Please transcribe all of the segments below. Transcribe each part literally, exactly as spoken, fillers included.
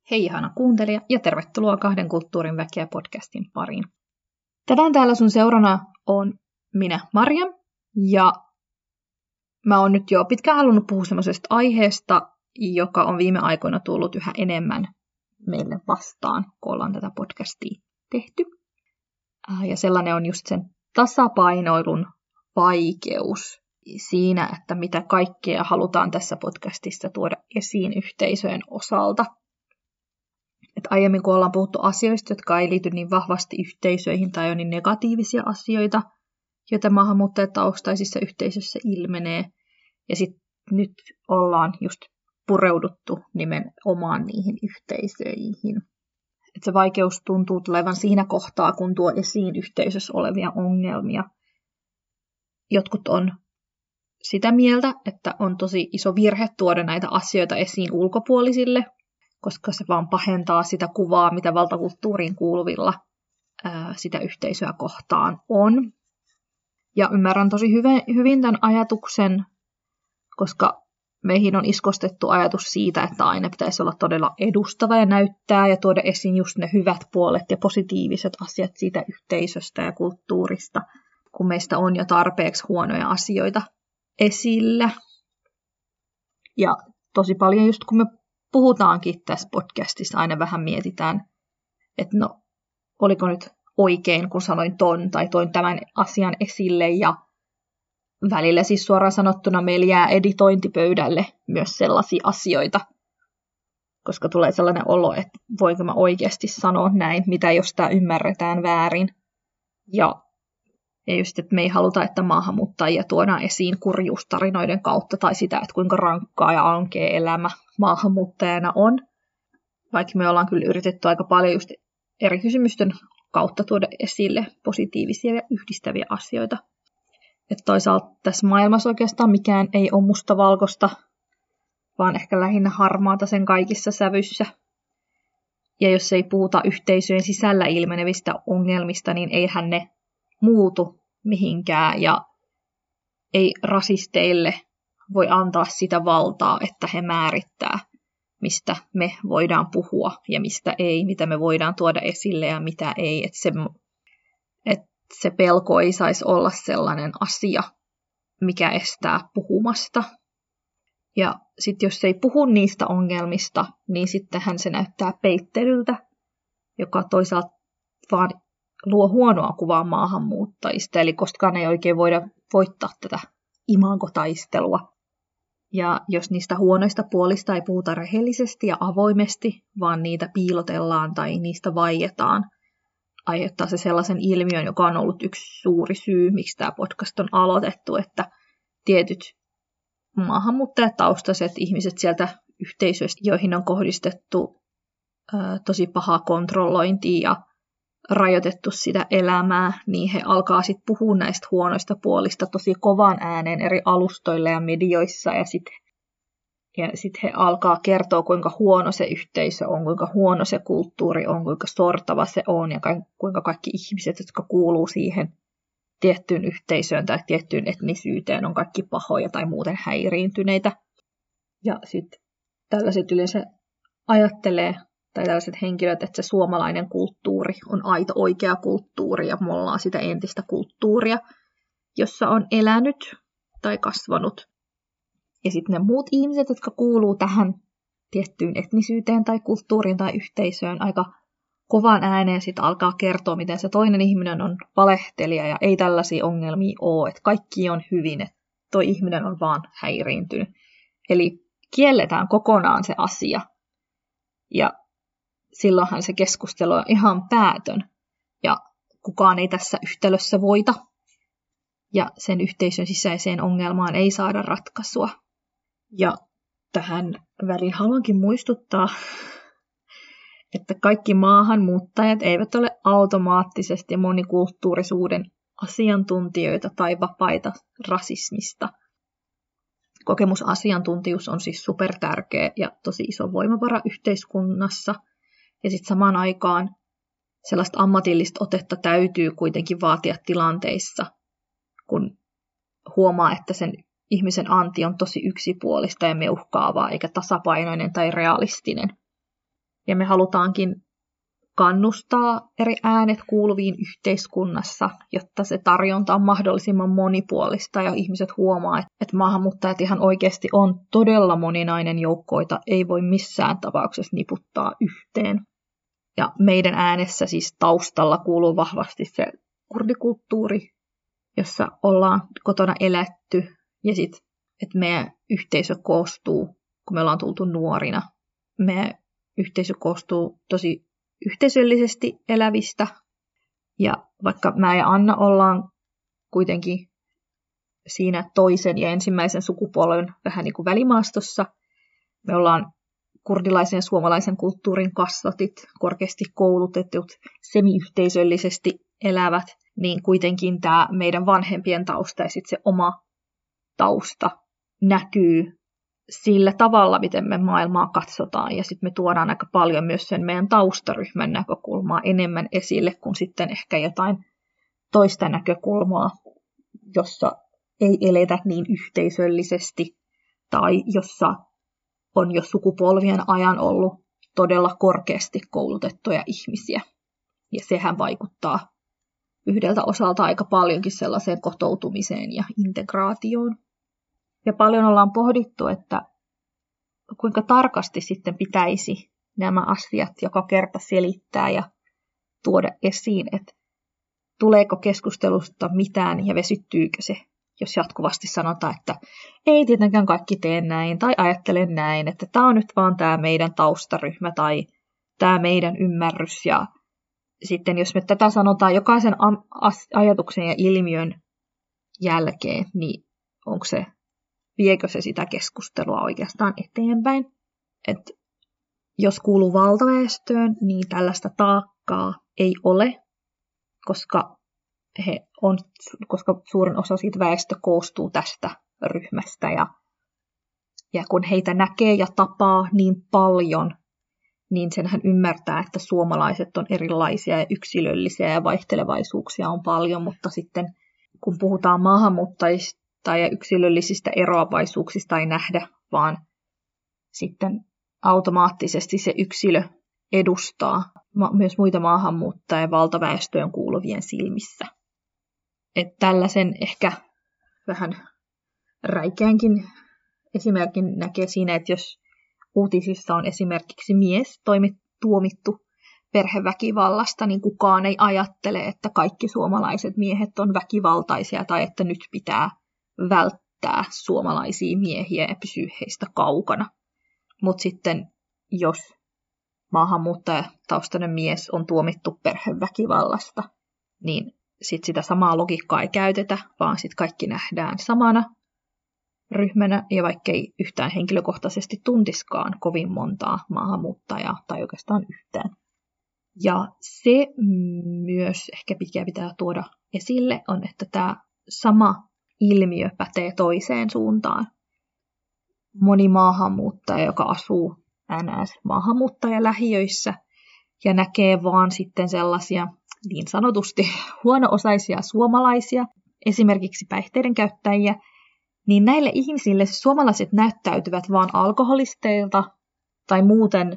Hei ihana kuuntelija ja tervetuloa Kahden kulttuurin väkeä podcastin pariin. Tänään täällä sun seurana on minä, Marja, ja mä oon nyt jo pitkään halunnut puhua semmoisesta aiheesta, joka on viime aikoina tullut yhä enemmän meille vastaan, kun ollaan tätä podcastia tehty. Ja sellainen on just sen tasapainoilun vaikeus siinä, että mitä kaikkea halutaan tässä podcastissa tuoda esiin yhteisöjen osalta. Et aiemmin kun ollaan puhuttu asioista, jotka ei liity niin vahvasti yhteisöihin tai on niin negatiivisia asioita, joita maahanmuuttajataustaisissa yhteisöissä ilmenee, ja sitten nyt ollaan just pureuduttu nimenomaan niihin yhteisöihin. Et se vaikeus tuntuu tulevan siinä kohtaa, kun tuo esiin yhteisössä olevia ongelmia. Jotkut on sitä mieltä, että on tosi iso virhe tuoda näitä asioita esiin ulkopuolisille, koska se vaan pahentaa sitä kuvaa, mitä valtakulttuuriin kuuluvilla ää, sitä yhteisöä kohtaan on. Ja ymmärrän tosi hyvin, hyvin tämän ajatuksen, koska meihin on iskostettu ajatus siitä, että aina pitäisi olla todella edustava ja näyttää ja tuoda esiin just ne hyvät puolet ja positiiviset asiat siitä yhteisöstä ja kulttuurista, kun meistä on jo tarpeeksi huonoja asioita esillä. Ja tosi paljon just kun me puhutaankin tässä podcastissa, aina vähän mietitään, että no, oliko nyt oikein, kun sanoin ton tai toin tämän asian esille, ja välillä siis suoraan sanottuna meillä jää editointipöydälle myös sellaisia asioita, koska tulee sellainen olo, että voinko mä oikeasti sanoa näin, mitä jos tämä ymmärretään väärin. Ja, ja just, että me ei haluta, että maahanmuuttajia tuodaan esiin kurjuustarinoiden kautta tai sitä, että kuinka rankkaa ja ankea elämä maahanmuuttajana on. Vaikka me ollaan kyllä yritetty aika paljon just eri kysymysten kautta tuoda esille positiivisia ja yhdistäviä asioita. Että toisaalta tässä maailmassa oikeastaan mikään ei ole mustavalkoista, vaan ehkä lähinnä harmaata sen kaikissa sävyissä. Ja jos ei puhuta yhteisöjen sisällä ilmenevistä ongelmista, niin eihän ne muutu mihinkään. Ja ei rasisteille voi antaa sitä valtaa, että he määrittää, mistä me voidaan puhua ja mistä ei, mitä me voidaan tuoda esille ja mitä ei. Että se, et se pelko ei saisi olla sellainen asia, mikä estää puhumasta. Ja sitten jos ei puhu niistä ongelmista, niin sittenhän se näyttää peittelyltä, joka toisaalta vaan luo huonoa kuvaa maahanmuuttajista. Eli koskaan ei oikein voida voittaa tätä imagotaistelua. Ja jos niistä huonoista puolista ei puhuta rehellisesti ja avoimesti, vaan niitä piilotellaan tai niistä vaietaan, aiheuttaa se sellaisen ilmiön, joka on ollut yksi suuri syy, miksi tämä podcast on aloitettu, että tietyt maahanmuuttajataustaiset ihmiset sieltä yhteisöistä, joihin on kohdistettu ää, tosi pahaa kontrollointia ja rajoitettu sitä elämää, niin he alkaa sitten puhua näistä huonoista puolista tosi kovan ääneen eri alustoilla ja medioissa, ja sitten ja sit he alkaa kertoa, kuinka huono se yhteisö on, kuinka huono se kulttuuri on, kuinka sortava se on, ja ka- kuinka kaikki ihmiset, jotka kuuluu siihen tiettyyn yhteisöön tai tiettyyn etnisyyteen, on kaikki pahoja tai muuten häiriintyneitä. Ja sitten tällaiset yleensä ajattelee, tai tällaiset henkilöt, että se suomalainen kulttuuri on aito oikea kulttuuri ja me ollaan sitä entistä kulttuuria, jossa on elänyt tai kasvanut. Ja sitten ne muut ihmiset, jotka kuuluu tähän tiettyyn etnisyyteen tai kulttuuriin tai yhteisöön aika kovan ääneen, sitten alkaa kertoa, miten se toinen ihminen on valehtelija ja ei tällaisia ongelmia ole, että kaikki on hyvin, että toi ihminen on vaan häiriintynyt. Eli kielletään kokonaan se asia. Ja silloinhan se keskustelu on ihan päätön, ja kukaan ei tässä yhtälössä voita, ja sen yhteisön sisäiseen ongelmaan ei saada ratkaisua. Ja tähän väliin haluankin muistuttaa, että kaikki maahanmuuttajat eivät ole automaattisesti monikulttuurisuuden asiantuntijoita tai vapaita rasismista. Kokemusasiantuntijuus on siis supertärkeä ja tosi iso voimavara yhteiskunnassa. Ja sitten samaan aikaan sellaista ammatillista otetta täytyy kuitenkin vaatia tilanteissa, kun huomaa, että sen ihmisen anti on tosi yksipuolista ja meuhkaavaa, eikä tasapainoinen tai realistinen. Ja me halutaankin kannustaa eri äänet kuuluviin yhteiskunnassa, jotta se tarjonta on mahdollisimman monipuolista ja ihmiset huomaa, että maahanmuuttajat ihan oikeasti on todella moninainen joukko, jota ei voi missään tapauksessa niputtaa yhteen. Ja meidän äänessä siis taustalla kuuluu vahvasti se kurdikulttuuri, jossa ollaan kotona eletty ja sitten, että meidän yhteisö koostuu, kun me ollaan tultu nuorina, meidän yhteisö koostuu tosi yhteisöllisesti elävistä. Ja vaikka mä ja Anna ollaan kuitenkin siinä toisen ja ensimmäisen sukupolven vähän niin kuin välimaastossa, me ollaan kurdilaisen ja suomalaisen kulttuurin kasvatit, korkeasti koulutetut, semiyhteisöllisesti elävät, niin kuitenkin tämä meidän vanhempien tausta ja sitten se oma tausta näkyy sillä tavalla, miten me maailmaa katsotaan. Ja sitten me tuodaan aika paljon myös sen meidän taustaryhmän näkökulmaa enemmän esille kuin sitten ehkä jotain toista näkökulmaa, jossa ei eletä niin yhteisöllisesti tai jossa on jo sukupolvien ajan ollut todella korkeasti koulutettuja ihmisiä. Ja sehän vaikuttaa yhdeltä osalta aika paljonkin sellaiseen kotoutumiseen ja integraatioon. Ja paljon ollaan pohdittu, että kuinka tarkasti sitten pitäisi nämä asiat joka kerta selittää ja tuoda esiin, että tuleeko keskustelusta mitään ja vesittyykö se, jos jatkuvasti sanotaan, että ei tietenkään kaikki tee näin tai ajattele näin, että tämä on nyt vaan tämä meidän taustaryhmä tai tämä meidän ymmärrys. Ja sitten jos me tätä sanotaan jokaisen ajatuksen ja ilmiön jälkeen, niin onko se, viekö se sitä keskustelua oikeastaan eteenpäin? Et jos kuuluu valtaväestöön, niin tällaista taakkaa ei ole, koska, he on, koska suurin osa siitä väestöstä koostuu tästä ryhmästä. Ja, ja kun heitä näkee ja tapaa niin paljon, niin senhän ymmärtää, että suomalaiset on erilaisia ja yksilöllisiä ja vaihtelevaisuuksia on paljon, mutta sitten kun puhutaan maahanmuuttajista ja yksilöllisistä eroavaisuuksista ei nähdä, vaan sitten automaattisesti se yksilö edustaa myös muita maahanmuuttajia valtaväestöön kuuluvien silmissä. Että tällaisen ehkä vähän räikeänkin esimerkin näkee siinä, että jos uutisissa on esimerkiksi mies toimi, tuomittu perheväkivallasta, niin kukaan ei ajattele, että kaikki suomalaiset miehet on väkivaltaisia tai että nyt pitää välttää suomalaisia miehiä ja pysyä heistä kaukana. Mutta sitten jos maahanmuuttajataustainen mies on tuomittu perheväkivallasta, niin sit sitä samaa logiikkaa ei käytetä, vaan sitten kaikki nähdään samana ryhmänä, ja vaikkei yhtään henkilökohtaisesti tuntiskaan kovin montaa maahanmuuttajaa tai oikeastaan yhtään. Ja se myös ehkä mikä pitää tuoda esille on, että tämä sama ilmiö pätee toiseen suuntaan. Moni maahanmuuttaja, joka asuu N S-maahanmuuttajalähiöissä ja näkee vaan sitten sellaisia niin sanotusti huono-osaisia suomalaisia, esimerkiksi päihteiden käyttäjiä, niin näille ihmisille suomalaiset näyttäytyvät vaan alkoholisteilta tai muuten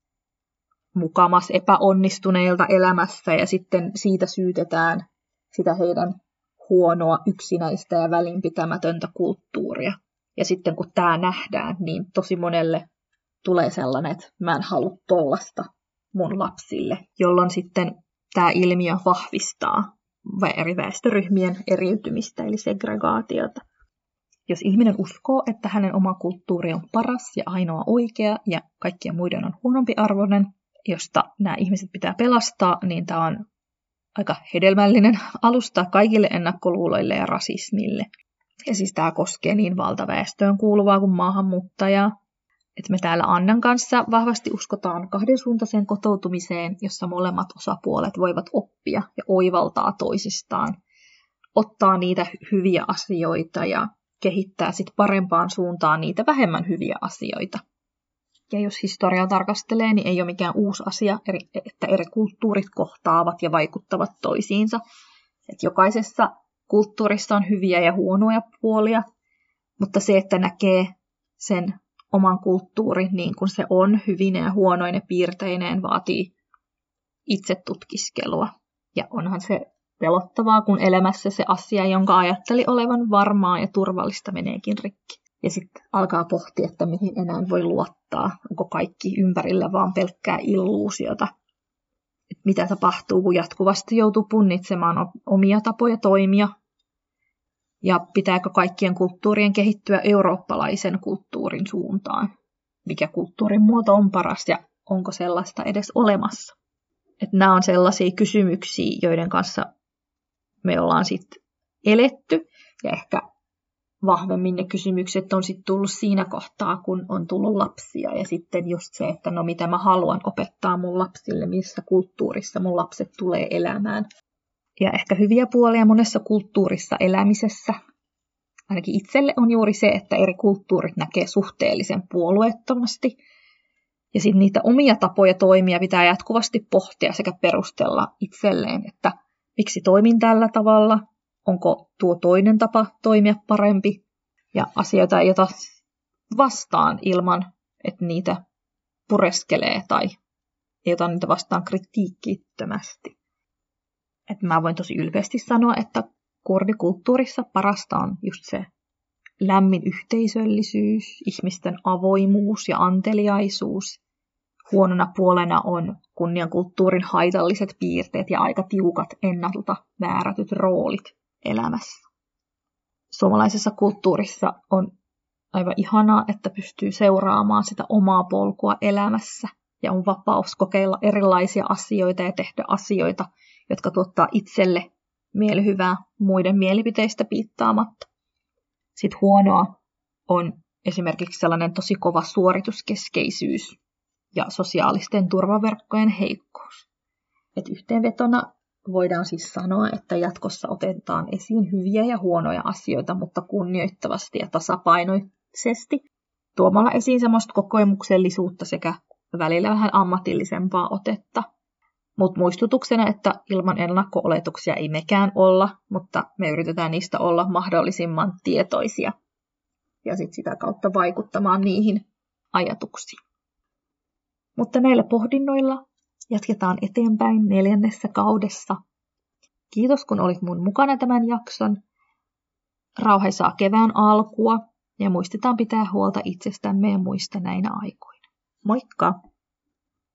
mukamas epäonnistuneilta elämässä ja sitten siitä syytetään sitä heidän huonoa, yksinäistä ja välinpitämätöntä kulttuuria. Ja sitten kun tämä nähdään, niin tosi monelle tulee sellainen, että mä en halua tollasta mun lapsille, jolloin sitten tämä ilmiö vahvistaa eri väestöryhmien eriytymistä eli segregaatiota. Jos ihminen uskoo, että hänen oma kulttuuri on paras ja ainoa oikea ja kaikkien muiden on huonompi arvoinen, josta nämä ihmiset pitää pelastaa, niin tämä on aika hedelmällinen alusta kaikille ennakkoluuloille ja rasismille. Ja siis tämä koskee niin valtaväestöön kuuluvaa kuin maahanmuuttajaa. Että me täällä Annan kanssa vahvasti uskotaan kahdensuuntaiseen kotoutumiseen, jossa molemmat osapuolet voivat oppia ja oivaltaa toisistaan, ottaa niitä hyviä asioita ja kehittää sit parempaan suuntaan niitä vähemmän hyviä asioita. Ja jos historiaa tarkastelee, niin ei ole mikään uusi asia, että eri kulttuurit kohtaavat ja vaikuttavat toisiinsa. Että jokaisessa kulttuurissa on hyviä ja huonoja puolia, mutta se, että näkee sen oman kulttuurin niin kuin se on, hyvine ja huonoine piirteineen, vaatii itse tutkiskelua. Ja onhan se pelottavaa, kun elämässä se asia, jonka ajatteli olevan varmaa ja turvallista, meneekin rikki. Ja sitten alkaa pohtia, että mihin enää voi luottaa. Onko kaikki ympärillä vaan pelkkää illuusiota. Et mitä tapahtuu, kun jatkuvasti joutuu punnitsemaan omia tapoja toimia. Ja pitääkö kaikkien kulttuurien kehittyä eurooppalaisen kulttuurin suuntaan? Mikä kulttuurin muoto on paras ja onko sellaista edes olemassa? Että nämä on sellaisia kysymyksiä, joiden kanssa me ollaan sitten eletty. Ja ehkä vahvemmin ne kysymykset on sitten tullut siinä kohtaa, kun on tullut lapsia. Ja sitten just se, että no mitä mä haluan opettaa mun lapsille, missä kulttuurissa mun lapset tulee elämään. Ja ehkä hyviä puolia monessa kulttuurissa elämisessä, ainakin itselle on juuri se, että eri kulttuurit näkee suhteellisen puolueettomasti. Ja sitten niitä omia tapoja toimia pitää jatkuvasti pohtia sekä perustella itselleen, että miksi toimin tällä tavalla, onko tuo toinen tapa toimia parempi. Ja asioita ei ota vastaan ilman, että niitä pureskelee tai ei ota niitä vastaan kritiikittömästi. Että mä voin tosi ylpeästi sanoa, että kurdikulttuurissa parasta on just se lämmin yhteisöllisyys, ihmisten avoimuus ja anteliaisuus. Huonona puolena on kunniakulttuurin haitalliset piirteet ja aika tiukat ennalta määrätyt roolit elämässä. Suomalaisessa kulttuurissa on aivan ihanaa, että pystyy seuraamaan sitä omaa polkua elämässä ja on vapaus kokeilla erilaisia asioita ja tehdä asioita, jotka tuottaa itselle mielihyvää muiden mielipiteistä piittaamatta. Sitten huonoa on esimerkiksi sellainen tosi kova suorituskeskeisyys ja sosiaalisten turvaverkkojen heikkous. Et yhteenvetona voidaan siis sanoa, että jatkossa otetaan esiin hyviä ja huonoja asioita, mutta kunnioittavasti ja tasapainoisesti, tuomalla esiin semmoista kokemuksellisuutta sekä välillä vähän ammatillisempaa otetta. Mutta muistutuksena, että ilman ennakko-oletuksia ei mekään olla, mutta me yritetään niistä olla mahdollisimman tietoisia ja sit sitä kautta vaikuttamaan niihin ajatuksiin. Mutta näillä pohdinnoilla jatketaan eteenpäin neljännessä kaudessa. Kiitos kun olit mun mukana tämän jakson. Rauhaisaa kevään alkua ja muistetaan pitää huolta itsestämme ja muista näinä aikoina. Moikka!